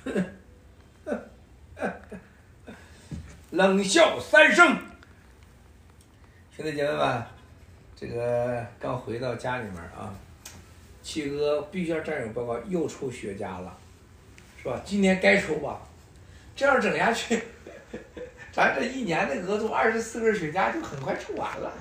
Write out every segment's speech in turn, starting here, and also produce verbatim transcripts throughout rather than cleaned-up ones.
冷笑三声。兄弟姐妹们，这个刚回到家里面啊，七哥必须要战友报告又抽雪茄了，是吧？今年该抽吧，这样整下去，咱这一年的额度二十四根雪茄就很快抽完了。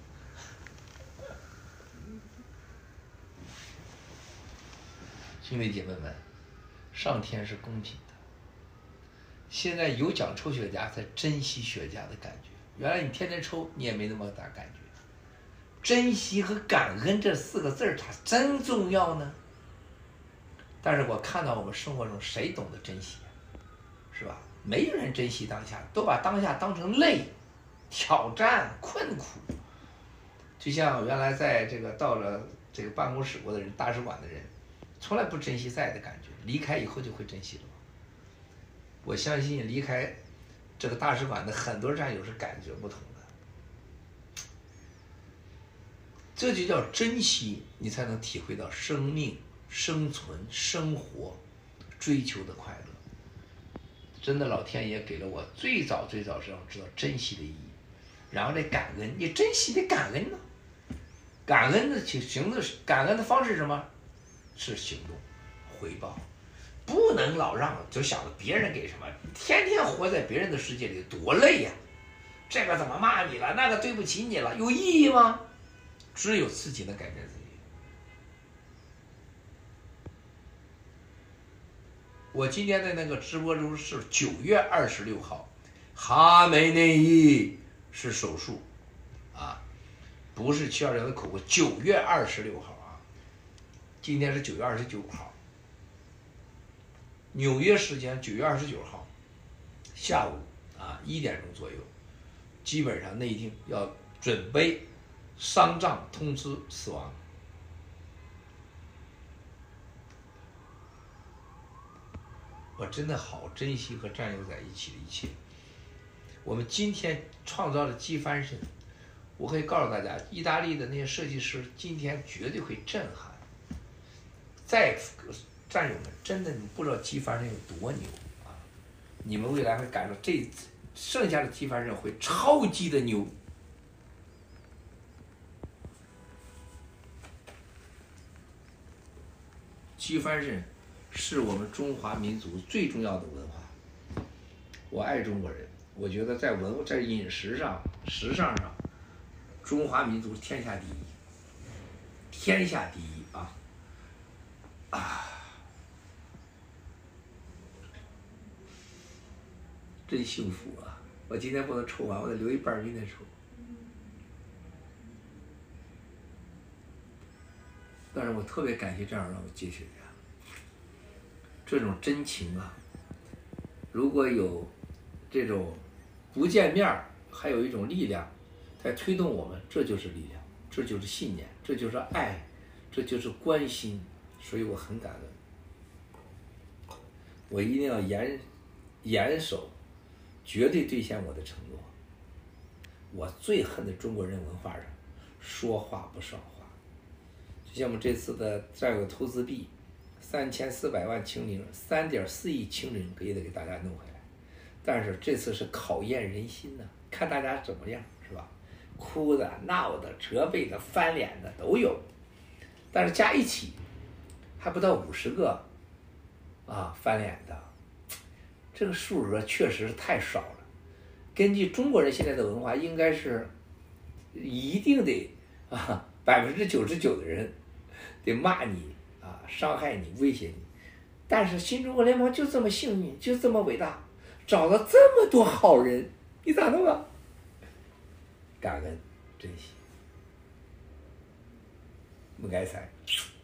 兄弟姐妹们，上天是公平的。现在有奖抽雪茄才珍惜雪茄的感觉，原来你天天抽你也没那么大感觉。珍惜和感恩这四个字儿，它真重要呢。但是我看到我们生活中谁懂得珍惜，是吧？没人珍惜当下，都把当下当成累、挑战、困苦。就像原来在这个到了这个办公室过的人、大使馆的人，从来不珍惜在的感觉，离开以后就会珍惜了。我相信离开这个大使馆的很多战友是感觉不同的，这就叫珍惜，你才能体会到生命、生存、生活、追求的快乐。真的，老天爷给了我最早最早是要知道珍惜的意义，然后得感恩，你珍惜得感恩呢。感恩的行的感恩的方式是什么？是行动，回报。不能老让就想着别人给什么，天天活在别人的世界里多累呀！这个怎么骂你了，那个对不起你了，有意义吗？只有自己能改变自己。我今天的那个直播中是九月二十六号，哈梅内伊是手术啊，不是七二零的口播。九月二十六号啊，今天是九月二十九号。纽约时间九月二十九号下午啊一点钟左右，基本上内定要准备丧葬通知死亡。我真的好珍惜和战友在一起的一切。我们今天创造了机翻身，我可以告诉大家，意大利的那些设计师今天绝对会震撼。再战友们，真的你不知道机翻身有多牛啊！你们未来会感受这剩下的机翻身会超级的牛。机翻身是我们中华民族最重要的文化。我爱中国人，我觉得在文在饮食上、时尚上，中华民族天下第一，天下第一啊！啊！真幸福啊！我今天不能抽完，我得留一半明天抽。但是我特别感谢战友让我接雪茄，这种真情啊！如果有这种不见面还有一种力量在推动我们，这就是力量，这就是信念，这就是爱，这就是关心，所以我很感恩。我一定要严严守。绝对兑现我的承诺。我最恨的中国人文化上，说话不算话。就像我们这次的战友投资币，三千四百万清零，三点四亿清零，也得给大家弄回来。但是这次是考验人心的，看大家怎么样，是吧？哭的、闹的、责备的、翻脸的都有，但是加一起还不到五十个啊翻脸的。这个数额确实是太少了。根据中国人现在的文化，应该是一定得啊百分之九十九的人得骂你啊，伤害你，威胁你。但是新中国联盟就这么幸运，就这么伟大，找了这么多好人，你咋弄啊？感恩，珍惜，不该才。